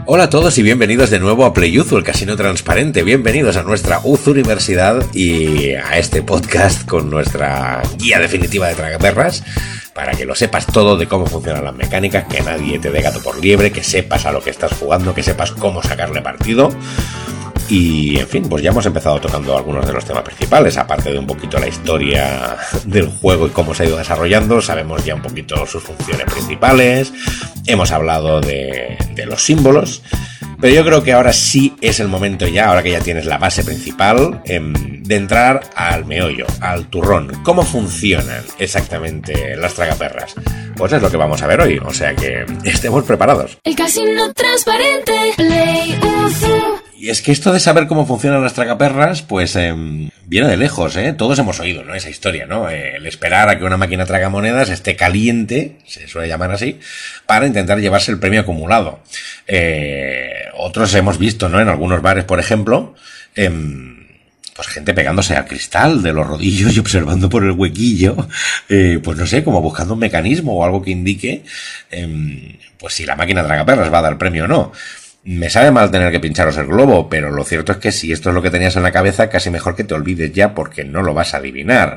Hola a todos y bienvenidos de nuevo a PlayUzu, el casino transparente. Bienvenidos a nuestra UZU Universidad y a este podcast con nuestra guía definitiva de tragaperras, para que lo sepas todo de cómo funcionan las mecánicas, que nadie te dé gato por liebre, que sepas a lo que estás jugando, que sepas cómo sacarle partido. Y, en fin, pues ya hemos empezado tocando algunos de los temas principales, aparte de un poquito la historia del juego y cómo se ha ido desarrollando. Sabemos ya un poquito sus funciones principales, hemos hablado de los símbolos, pero yo creo que ahora sí es el momento ya, ahora que ya tienes la base principal, de entrar al meollo, al turrón. ¿Cómo funcionan exactamente las tragaperras? Pues es lo que vamos a ver hoy, o sea que estemos preparados. El casino transparente, PlayUzu. Y es que esto de saber cómo funcionan las tragaperras, pues viene de lejos, ¿eh? Todos hemos oído, ¿no? Esa historia, ¿no? El esperar a que una máquina tragamonedas esté caliente, se suele llamar así, para intentar llevarse el premio acumulado. Otros hemos visto, ¿no? En algunos bares, por ejemplo, pues gente pegándose al cristal de los rodillos y observando por el huequillo, pues no sé, como buscando un mecanismo o algo que indique, pues si la máquina tragaperras va a dar premio o no. Me sabe mal tener que pincharos el globo, pero lo cierto es que si esto es lo que tenías en la cabeza, casi mejor que te olvides ya, porque no lo vas a adivinar.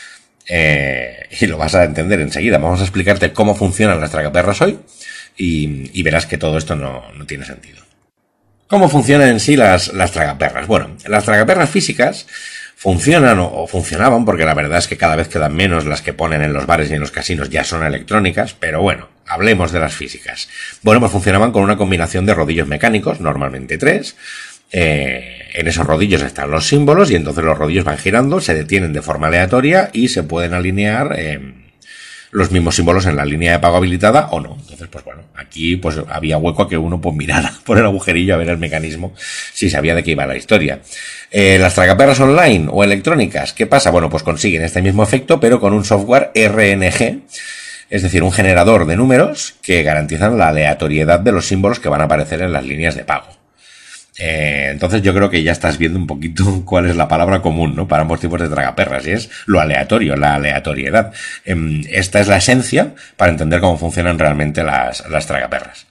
Y lo vas a entender enseguida. Vamos a explicarte cómo funcionan las tragaperras hoy y verás que todo esto no tiene sentido. ¿Cómo funcionan en sí las tragaperras? Bueno, las tragaperras físicas funcionan o funcionaban, porque la verdad es que cada vez quedan menos las que ponen en los bares y en los casinos, ya son electrónicas, pero bueno, hablemos de las físicas. Bueno, pues funcionaban con una combinación de rodillos mecánicos, normalmente 3. En esos rodillos están los símbolos y entonces los rodillos van girando, se detienen de forma aleatoria y se pueden alinear los mismos símbolos en la línea de pago habilitada o no. Entonces, pues bueno, aquí pues había hueco a que uno pues mirara por el agujerillo a ver el mecanismo si sabía de qué iba la historia. Las tragaperras online o electrónicas, ¿qué pasa? Bueno, pues consiguen este mismo efecto pero con un software RNG, es decir, un generador de números que garantizan la aleatoriedad de los símbolos que van a aparecer en las líneas de pago. Entonces yo creo que ya estás viendo un poquito cuál es la palabra común, ¿no? Para ambos tipos de tragaperras, y es lo aleatorio, la aleatoriedad. Esta es la esencia para entender cómo funcionan realmente las tragaperras.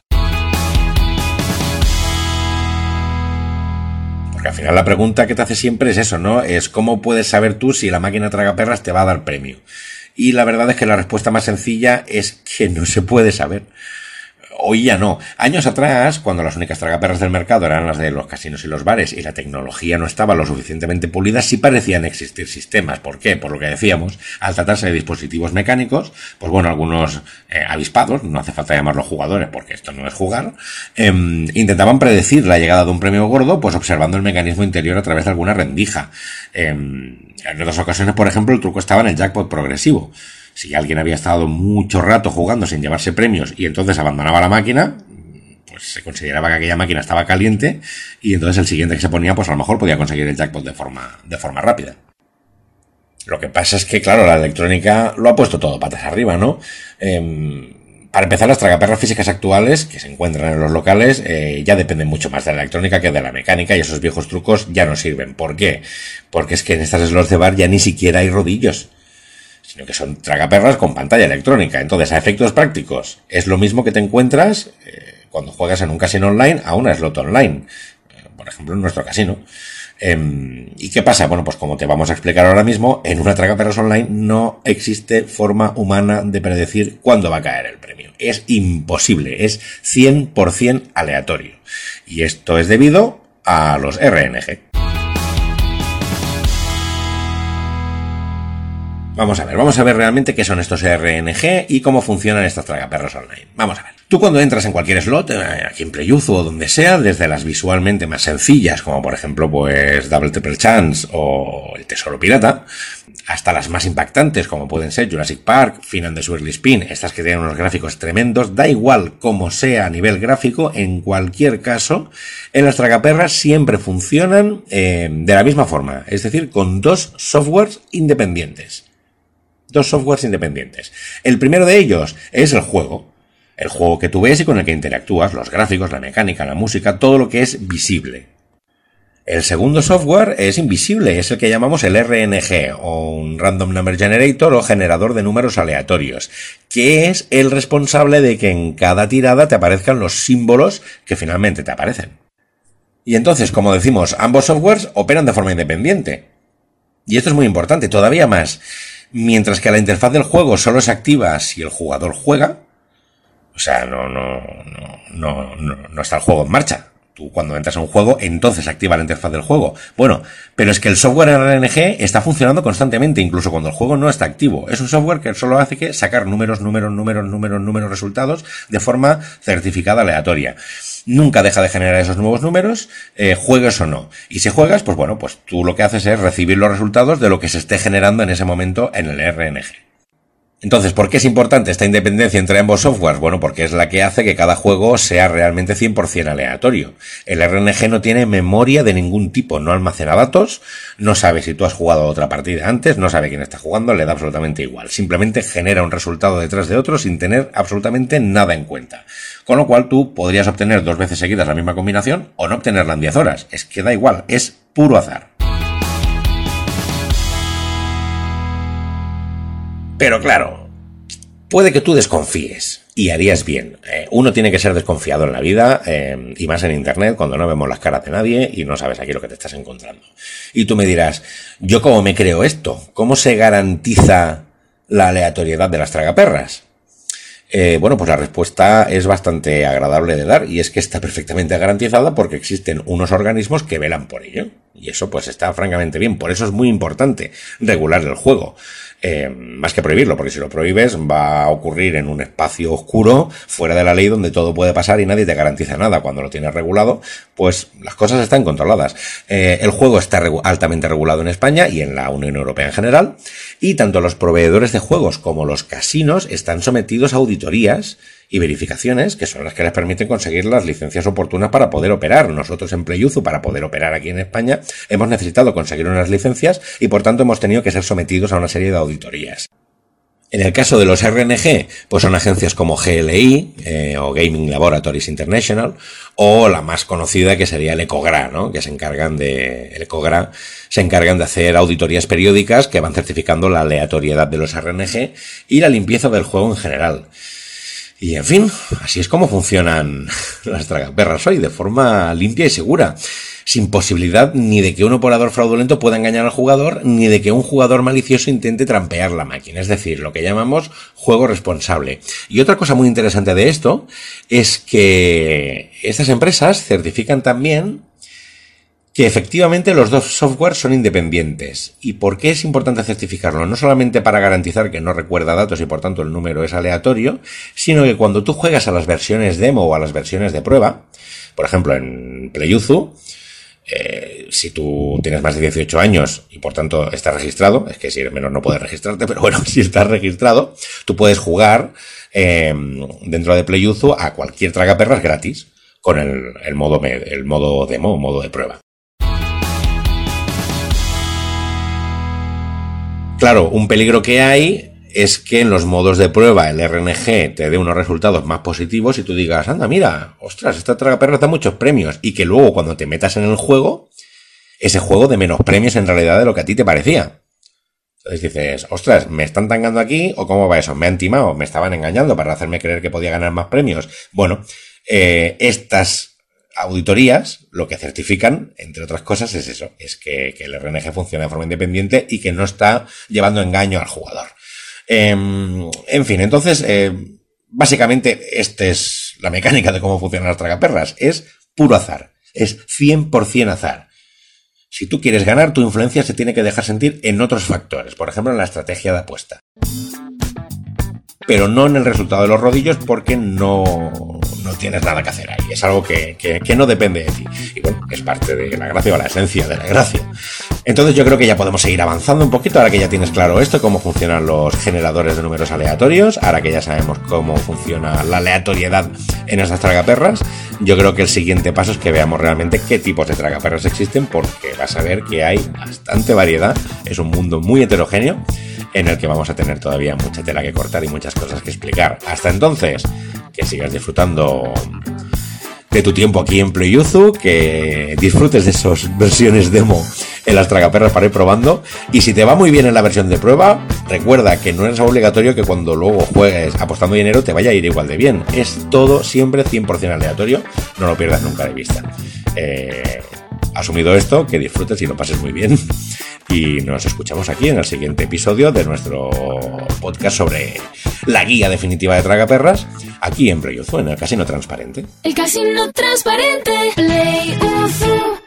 Porque al final la pregunta que te hace siempre es eso, ¿no? Es ¿cómo puedes saber tú si la máquina tragaperras te va a dar premio? Y la verdad es que la respuesta más sencilla es que no se puede saber. Hoy ya no. Años atrás, cuando las únicas tragaperras del mercado eran las de los casinos y los bares y la tecnología no estaba lo suficientemente pulida, sí parecían existir sistemas. ¿Por qué? Por lo que decíamos, al tratarse de dispositivos mecánicos, pues bueno, algunos avispados, no hace falta llamarlos jugadores porque esto no es jugar, intentaban predecir la llegada de un premio gordo, pues observando el mecanismo interior a través de alguna rendija. En otras ocasiones, por ejemplo, el truco estaba en el jackpot progresivo. Si alguien había estado mucho rato jugando sin llevarse premios y entonces abandonaba la máquina, pues se consideraba que aquella máquina estaba caliente y entonces el siguiente que se ponía, pues a lo mejor podía conseguir el jackpot de forma rápida. Lo que pasa es que, claro, la electrónica lo ha puesto todo patas arriba, ¿no? Para empezar, las tragaperras físicas actuales que se encuentran en los locales ya dependen mucho más de la electrónica que de la mecánica y esos viejos trucos ya no sirven. ¿Por qué? Porque es que en estas slots de bar ya ni siquiera hay rodillos, sino que son tragaperras con pantalla electrónica. Entonces, a efectos prácticos, es lo mismo que te encuentras cuando juegas en un casino online a una slot online, por ejemplo, en nuestro casino. ¿Y qué pasa? Bueno, pues como te vamos a explicar ahora mismo, en una tragaperras online no existe forma humana de predecir cuándo va a caer el premio. Es imposible, es 100% aleatorio. Y esto es debido a los RNG. Vamos a ver realmente qué son estos RNG y cómo funcionan estas tragaperras online. Vamos a ver. Tú cuando entras en cualquier slot, aquí en PlayUzu o donde sea, desde las visualmente más sencillas, como por ejemplo pues Double Triple Chance o el Tesoro Pirata, hasta las más impactantes, como pueden ser Jurassic Park, Finn and the Swirly Spin, estas que tienen unos gráficos tremendos, da igual cómo sea a nivel gráfico, en cualquier caso, en las tragaperras siempre funcionan de la misma forma, es decir, con dos softwares independientes. El primero de ellos es el juego que tú ves y con el que interactúas, los gráficos, la mecánica, la música, todo lo que es visible. El segundo software es invisible, es el que llamamos el RNG, o un Random Number Generator, o generador de números aleatorios, que es el responsable de que en cada tirada te aparezcan los símbolos que finalmente te aparecen. Y entonces, como decimos, ambos softwares operan de forma independiente. Y esto es muy importante, todavía más. Mientras que la interfaz del juego solo se activa si el jugador juega, o sea, no está el juego en marcha. Tú cuando entras a un juego, entonces activa la interfaz del juego. Bueno, pero es que el software RNG está funcionando constantemente, incluso cuando el juego no está activo. Es un software que solo hace que sacar números, resultados de forma certificada aleatoria. Nunca deja de generar esos nuevos números, juegues o no. Y si juegas, pues bueno, pues tú lo que haces es recibir los resultados de lo que se esté generando en ese momento en el RNG. Entonces, ¿por qué es importante esta independencia entre ambos softwares? Bueno, porque es la que hace que cada juego sea realmente 100% aleatorio. El RNG no tiene memoria de ningún tipo, no almacena datos, no sabe si tú has jugado otra partida antes, no sabe quién está jugando, le da absolutamente igual. Simplemente genera un resultado detrás de otro sin tener absolutamente nada en cuenta. Con lo cual tú podrías obtener 2 veces seguidas la misma combinación o no obtenerla en 10 horas. Es que da igual, es puro azar. Pero claro, puede que tú desconfíes y harías bien. Uno tiene que ser desconfiado en la vida y más en internet cuando no vemos las caras de nadie y no sabes aquí lo que te estás encontrando. Y tú me dirás, ¿yo cómo me creo esto? ¿Cómo se garantiza la aleatoriedad de las tragaperras? Bueno, pues la respuesta es bastante agradable de dar y es que está perfectamente garantizada porque existen unos organismos que velan por ello. Y eso pues está francamente bien. Por eso es muy importante regular el juego. Más que prohibirlo, porque si lo prohíbes va a ocurrir en un espacio oscuro, fuera de la ley, donde todo puede pasar y nadie te garantiza nada. Cuando lo tienes regulado, pues las cosas están controladas. El juego está altamente regulado en España y en la Unión Europea en general, y tanto los proveedores de juegos como los casinos están sometidos a auditorías y verificaciones que son las que les permiten conseguir las licencias oportunas para poder operar. Nosotros en PlayUzu, para poder operar aquí en España, hemos necesitado conseguir unas licencias y por tanto hemos tenido que ser sometidos a una serie de auditorías. En el caso de los RNG, pues son agencias como GLI o Gaming Laboratories International, o la más conocida que sería el ECOGRA, ¿no? Que se encargan de hacer auditorías periódicas que van certificando la aleatoriedad de los RNG y la limpieza del juego en general. Y en fin, así es como funcionan las tragaperras hoy, de forma limpia y segura, sin posibilidad ni de que un operador fraudulento pueda engañar al jugador, ni de que un jugador malicioso intente trampear la máquina, es decir, lo que llamamos juego responsable. Y otra cosa muy interesante de esto es que estas empresas certifican también que efectivamente los dos softwares son independientes. ¿Y por qué es importante certificarlo? No solamente para garantizar que no recuerda datos y por tanto el número es aleatorio, sino que cuando tú juegas a las versiones demo o a las versiones de prueba, por ejemplo en PlayUzu, si tú tienes más de 18 años y por tanto estás registrado, es que si eres menor no puedes registrarte, pero bueno, si estás registrado, tú puedes jugar dentro de PlayUzu a cualquier tragaperras gratis con el modo demo, modo de prueba. Claro, un peligro que hay es que en los modos de prueba el RNG te dé unos resultados más positivos y tú digas, anda, mira, ostras, esta tragaperra da muchos premios, y que luego cuando te metas en el juego, ese juego de menos premios en realidad de lo que a ti te parecía. Entonces dices, ostras, ¿me están tangando aquí? ¿O cómo va eso? ¿Me han timado? ¿Me estaban engañando para hacerme creer que podía ganar más premios? Bueno, estas auditorías lo que certifican, entre otras cosas, es eso, es que el RNG funciona de forma independiente y que no está llevando engaño al jugador. En fin, entonces, básicamente, esta es la mecánica de cómo funcionan las tragaperras. Es puro azar, es 100% azar. Si tú quieres ganar, tu influencia se tiene que dejar sentir en otros factores, por ejemplo, en la estrategia de apuesta. Pero no en el resultado de los rodillos, porque no tienes nada que hacer ahí. Es algo que no depende de ti. Y bueno, es parte de la gracia o la esencia de la gracia. Entonces yo creo que ya podemos seguir avanzando un poquito, ahora que ya tienes claro esto, cómo funcionan los generadores de números aleatorios, ahora que ya sabemos cómo funciona la aleatoriedad en esas tragaperras. Yo creo que el siguiente paso es que veamos realmente qué tipos de tragaperras existen, porque vas a ver que hay bastante variedad. Es un mundo muy heterogéneo en el que vamos a tener todavía mucha tela que cortar y muchas cosas que explicar. Hasta entonces, que sigas disfrutando de tu tiempo aquí en PlayUzu, que disfrutes de esas versiones demo en las tragaperras para ir probando. Y si te va muy bien en la versión de prueba, recuerda que no es obligatorio que cuando luego juegues apostando dinero te vaya a ir igual de bien. Es todo siempre 100% aleatorio, no lo pierdas nunca de vista. Asumido esto, que disfrutes y lo pases muy bien. Y nos escuchamos aquí en el siguiente episodio de nuestro podcast sobre la guía definitiva de tragaperras, aquí en PlayUzu, en el Casino Transparente. El Casino Transparente, PlayUzu.